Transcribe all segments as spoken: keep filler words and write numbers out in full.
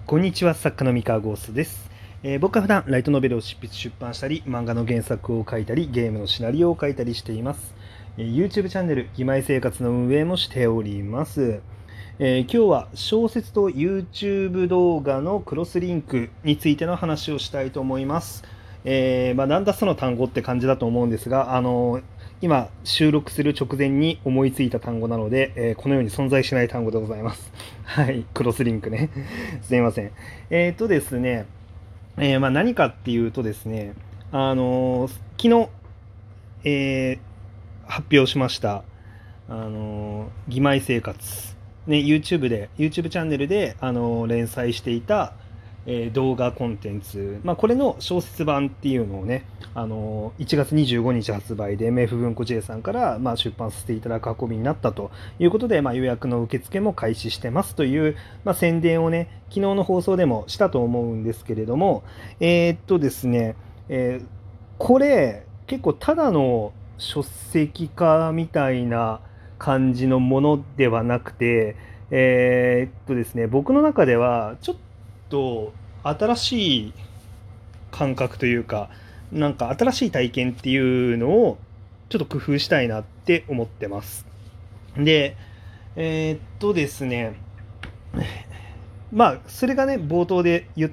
こんにちは、作家の三河ゴーストです。えー僕は普段ライトノベルを執筆出版したり、漫画の原作を書いたり、ゲームのシナリオを書いたりしています。えー YouTube チャンネル、義妹生活の運営もしております。えー今日は小説と YouTube 動画のクロスリンクについての話をしたいと思います。えーまあ、なんだその単語って感じだと思うんですが、あのー今収録する直前に思いついた単語なので、えーこのように存在しない単語でございます。はい、クロスリンクね。すいません。えっ、とですね、えーまあ、何かっていうとですね、あのー昨日、えー発表しました、あのー義妹生活、ね、YouTube で、YouTube チャンネルで、あのー連載していた、えー動画コンテンツ、まあ、これの小説版っていうのをね、あのーいちがつにじゅうごにち発売で エムエフ 文庫 J さんから、まあ、出版させていただく運びになったということで、まあ、予約の受付も開始してますという、まあ、宣伝をね、昨日の放送でもしたと思うんですけれども、えーっとですね、えーこれ、結構ただの書籍化みたいな感じのものではなくて、えーっとですね、僕の中ではちょっと新しい感覚というか、なんか新しい体験っていうのをちょっと工夫したいなって思ってます。で、えーっとですね、まあ、それがね、冒頭で言った、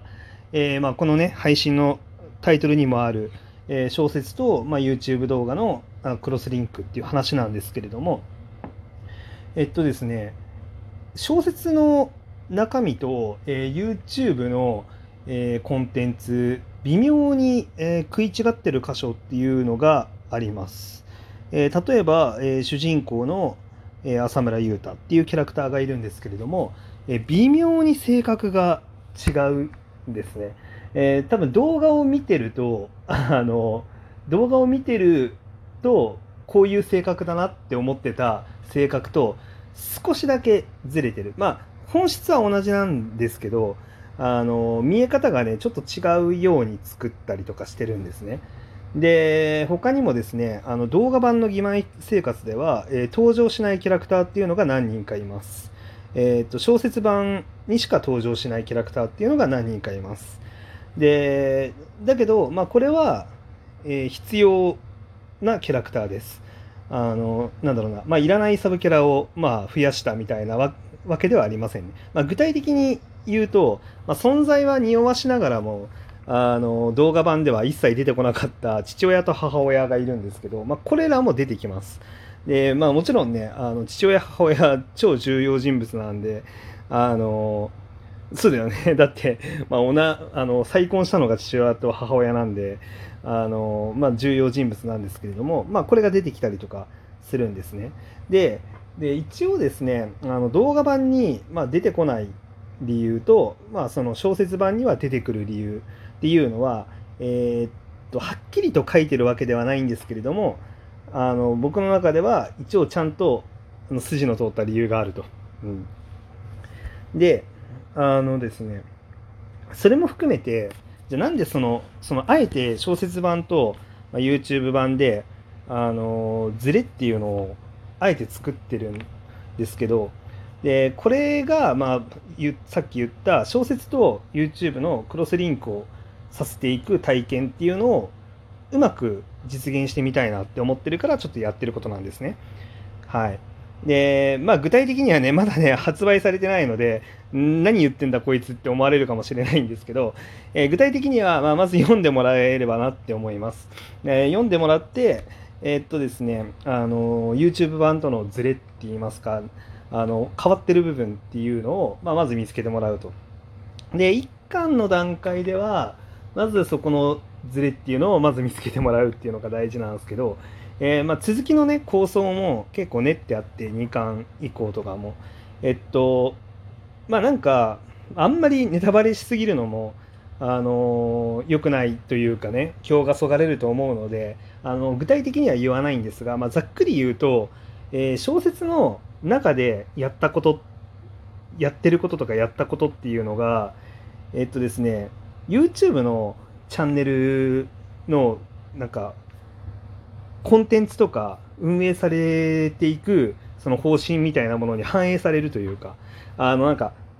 えーまあ、このね、配信のタイトルにもある、えー小説と、まあ、YouTube 動画のあクロスリンクっていう話なんですけれども、えっとですね、小説の中身と、えー YouTube の、えーコンテンツ、微妙に、えー食い違ってる箇所っていうのがあります。えー例えば、えー主人公の、えー浅村優太っていうキャラクターがいるんですけれども、えー微妙に性格が違うんですね。えー多分動画を見てると、あの、動画を見てると、こういう性格だなって思ってた性格と、少しだけずれてる。まあ、本質は同じなんですけど、あの、見え方がね、ちょっと違うように作ったりとかしてるんですね。で、他にもですね、あの動画版の義妹生活では、えー登場しないキャラクターっていうのが何人かいます。えっと、小説版にしか登場しないキャラクターっていうのが何人かいます。で、だけど、まあ、これは、えー必要なキャラクターです。あの、なんだろうな、まあ、いらないサブキャラを、まあ、増やしたみたいなわわけではありませんね。まあ、具体的に言うと、まあ、存在は匂わしながらも、あの、動画版では一切出てこなかった父親と母親がいるんですけど、まあ、これらも出てきます。で、まあ、もちろんね、あの、父親、母親、超重要人物なんで、あの、そうだよね。だって、まあ、おな、あの、再婚したのが父親と母親なんで、あの、まあ、重要人物なんですけれども、まあ、これが出てきたりとかするんですね。で、で、一応ですね、あの、動画版に、まあ、出てこない理由と、まあ、その小説版には出てくる理由っていうのは、えーっと、はっきりと書いてるわけではないんですけれども、あの、僕の中では一応ちゃんと、あの筋の通った理由があると。うん。で、あのですね、それも含めて、じゃあなんでその、そのあえて小説版と、まあ、YouTube 版で、あのズレっていうのをあえて作ってるんですけど、で、これが、まあ、ゆさっき言った小説と YouTube のクロスリンクをさせていく体験っていうのをうまく実現してみたいなって思ってるからちょっとやってることなんですね。はい。で、まあ具体的にはね、まだね、発売されてないので、ん何言ってんだこいつって思われるかもしれないんですけど、えー具体的には、まあ、まず読んでもらえればなって思います。えー読んでもらって、えーっとですね、あの、YouTube 版とのズレって言いますか、あの、変わってる部分っていうのを、まあ、まず見つけてもらうと。で、一巻の段階では、まずそこのズレっていうのをまず見つけてもらうっていうのが大事なんですけど、えーまあ、続きのね、構想も結構練ってあって、にかん以降とかも。えっと、まあなんか、あんまりネタバレしすぎるのも、あの良くないというかね、票がそがれると思うので、あの具体的には言わないんですが、まあ、ざっくり言うと、えー小説の中でやったこと、やってることとかやったことっていうのが、えっとですね、YouTube のチャンネルのなんかコンテンツとか運営されていくその方針みたいなものに反映されるというか、あのなんか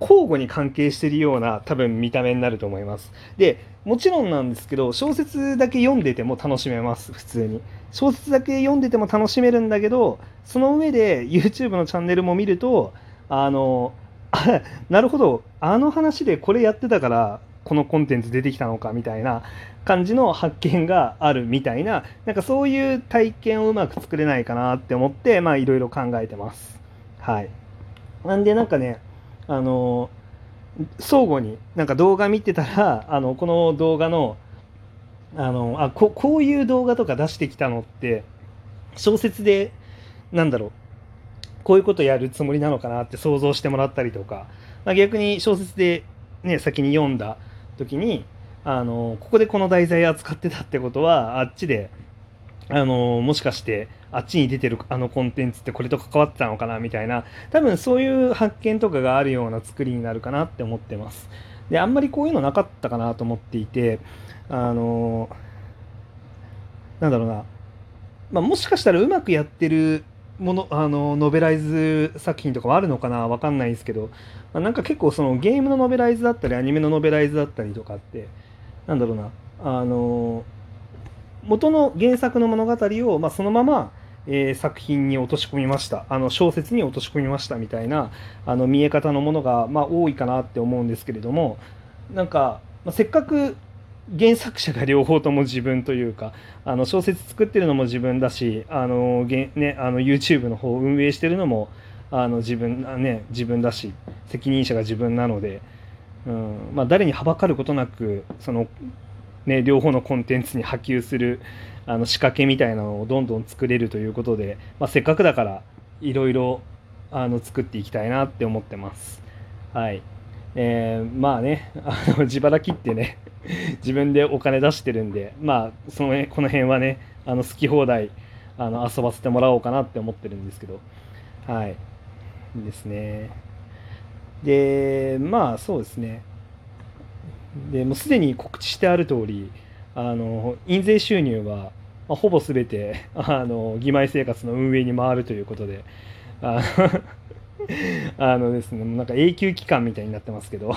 交互に関係しているような多分見た目になると思います。でもちろんなんですけど、小説だけ読んでても楽しめます。普通に小説だけ読んでても楽しめるんだけど、その上で YouTube のチャンネルも見ると、あのなるほど、あの話でこれやってたからこのコンテンツ出てきたのかみたいな感じの発見があるみたいな、なんかそういう体験をうまく作れないかなって思って、まあいろいろ考えてます。はい。なんでなんかね、あの相互になんか動画見てたら、あのこの動画のあのあここういう動画とか出してきたのって小説でなんだろう、こういうことやるつもりなのかなって想像してもらったりとか、まあ、逆に小説で、ね、先に読んだ時にあのここでこの題材扱ってたってことはあっちであのもしかしてあっちに出てるあのコンテンツってこれと関わってたのかなみたいな、多分そういう発見とかがあるような作りになるかなって思ってます。であんまりこういうのなかったかなと思っていて、あのなんだろうな、まあ、もしかしたらうまくやってるもの、あのノベライズ作品とかもあるのかな、わかんないんですけど、まあ、なんか結構そのゲームのノベライズだったりアニメのノベライズだったりとかって、なんだろうな、あの元の原作の物語を、まあ、そのまま、えー作品に落とし込みました、あの小説に落とし込みましたみたいなあの見え方のものが、まあ、多いかなって思うんですけれども、なんか、まあ、せっかく原作者が両方とも自分というか、あの小説作ってるのも自分だし、あの、げね、あの YouTube の方を運営してるのもあの自分、あね、自分だし、責任者が自分なので、うんまあ、誰にはばかることなくその、ね、両方のコンテンツに波及するあの仕掛けみたいなのをどんどん作れるということで、まあ、せっかくだからいろいろあの作っていきたいなって思ってます。はい。えーまあね、あの自腹切ってね自分でお金出してるんで、まあその辺この辺はね、あの好き放題あの遊ばせてもらおうかなって思ってるんですけど、はいですね。でまあそうですね。でもうすでに告知してある通り、あの印税収入は、まあ、ほぼ全てあの義妹生活の運営に回るということで、あのあのですね、なんか永久期間みたいになってますけど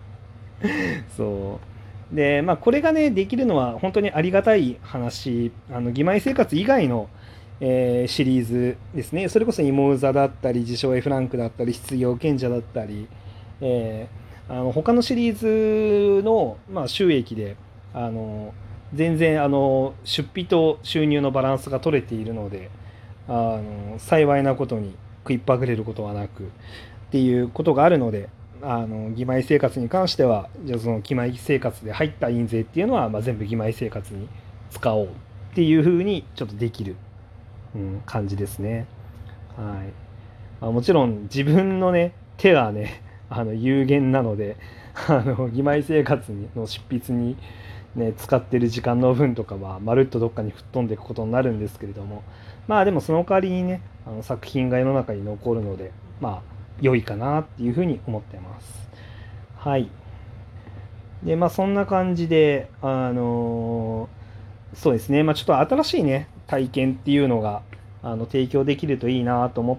そうで、まあ、これがねできるのは本当にありがたい話。あの義妹生活以外の、えーシリーズですね、それこそ妹座だったり自称 F ランクだったり失業賢者だったり、えーあの他のシリーズの、まあ、収益であの全然あの出費と収入のバランスが取れているので、あの幸いなことに食いっぱぐれることはなくっていうことがあるので、あの義妹生活に関してはじゃあその義妹生活で入った印税っていうのは、まあ、全部義妹生活に使おうっていう風にちょっとできる、うん、感じですね。はい。まあ、もちろん自分のね手はねあの有限なので、あの義妹生活の執筆に、ね、使ってる時間の分とかはまるっとどっかに吹っ飛んでいくことになるんですけれども、まあでもその代わりにねあの作品が世の中に残るので、まあ良いかなっていうふうに思ってます。はい。でまあそんな感じで、あのそうですね、まあ、ちょっと新しいね体験っていうのがあの提供できるといいなと思って、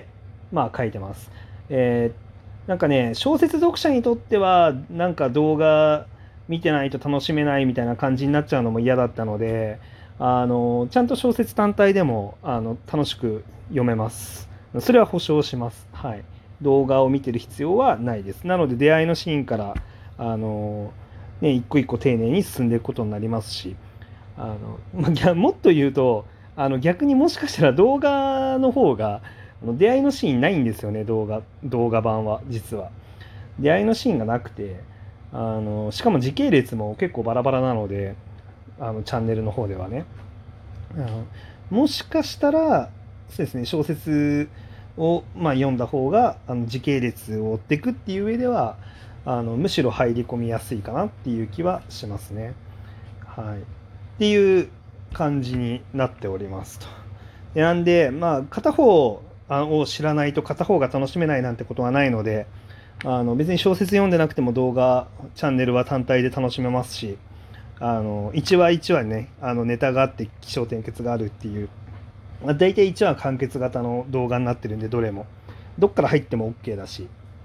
まあ、書いてます。えーなんかね小説読者にとってはなんか動画見てないと楽しめないみたいな感じになっちゃうのも嫌だったので、あのちゃんと小説単体でもあの楽しく読めます。それは保証します。はい。動画を見てる必要はないです。なので出会いのシーンからあのね一個一個丁寧に進んでいくことになりますし、あの、まあ、ぎゃもっと言うとあの逆にもしかしたら動画の方があの出会いのシーンないんですよね。動画動画版は実は出会いのシーンがなくて、あのしかも時系列も結構バラバラなので、あのチャンネルの方ではね、あのもしかしたらそうですね小説を、まあ、読んだ方があの時系列を追っていくっていう上ではあのむしろ入り込みやすいかなっていう気はしますね。はい。っていう感じになっておりますと。でなんで、まあ、片方を知らないと片方が楽しめないなんてことはないので、あの別に小説読んでなくても動画チャンネルは単体で楽しめますし、あのいちわいちわねあのネタがあって起承転結があるっていう、まあ、大体いちわ完結型の動画になってるんで、どれもどっから入っても OK だし、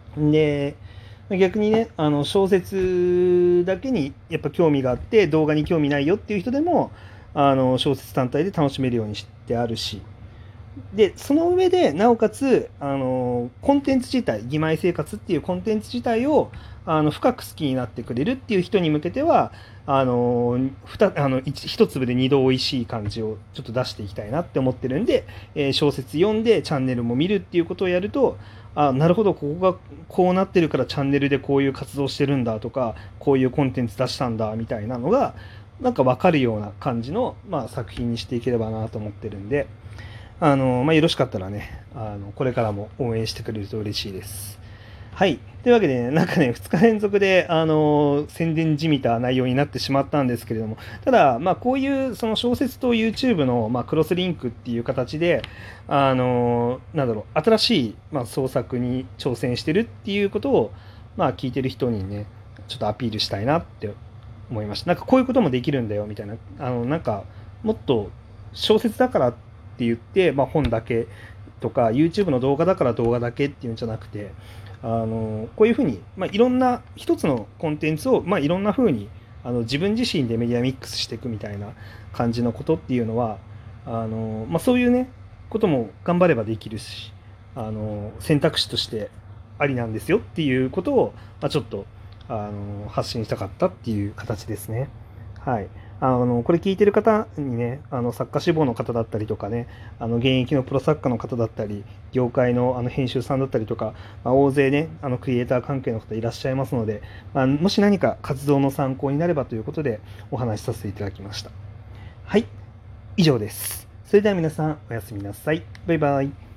で、逆にね、あの小説だけにやっぱ興味があって動画に興味ないよっていう人でもあの小説単体で楽しめるようにしてあるし、でその上でなおかつあのコンテンツ自体、義妹生活っていうコンテンツ自体をあの深く好きになってくれるっていう人に向けてはあのふたあの 一, 一粒で二度おいしい感じをちょっと出していきたいなって思ってるんで、えー小説読んでチャンネルも見るっていうことをやると、あ、なるほど、ここがこうなってるからチャンネルでこういう活動してるんだとか、こういうコンテンツ出したんだみたいなのがなんか分かるような感じの、まあ、作品にしていければなと思ってるんで、あの、まあ、よろしかったらね、あの、これからも応援してくれると嬉しいです。はい。というわけでね、なんかね、ふつか連続で、あの、宣伝じみた内容になってしまったんですけれども、ただ、まあ、こういう、その小説と YouTube の、まあ、クロスリンクっていう形で、あの、なんだろう、新しい、まあ、創作に挑戦してるっていうことを、まあ、聞いてる人にね、ちょっとアピールしたいなって思いました。なんか、こういうこともできるんだよ、みたいな。あの、なんか、もっと小説だからって言って、まあ、本だけとか YouTube の動画だから動画だけっていうんじゃなくて、あのこういうふうに、まあ、いろんな一つのコンテンツを、まあ、いろんなふうにあの自分自身でメディアミックスしていくみたいな感じのことっていうのはあの、まあ、そういうねことも頑張ればできるし、あの選択肢としてありなんですよっていうことを、まあ、ちょっとあの発信したかったっていう形ですね。はい。あのこれ聞いてる方にね、あの作家志望の方だったりとかね、あの現役のプロ作家の方だったり、業界のあの編集さんだったりとか、まあ、大勢ね、あのクリエイター関係の方いらっしゃいますので、まあ、もし何か活動の参考になればということでお話しさせていただきました。はい、以上です。それでは皆さんおやすみなさい。バイバイ。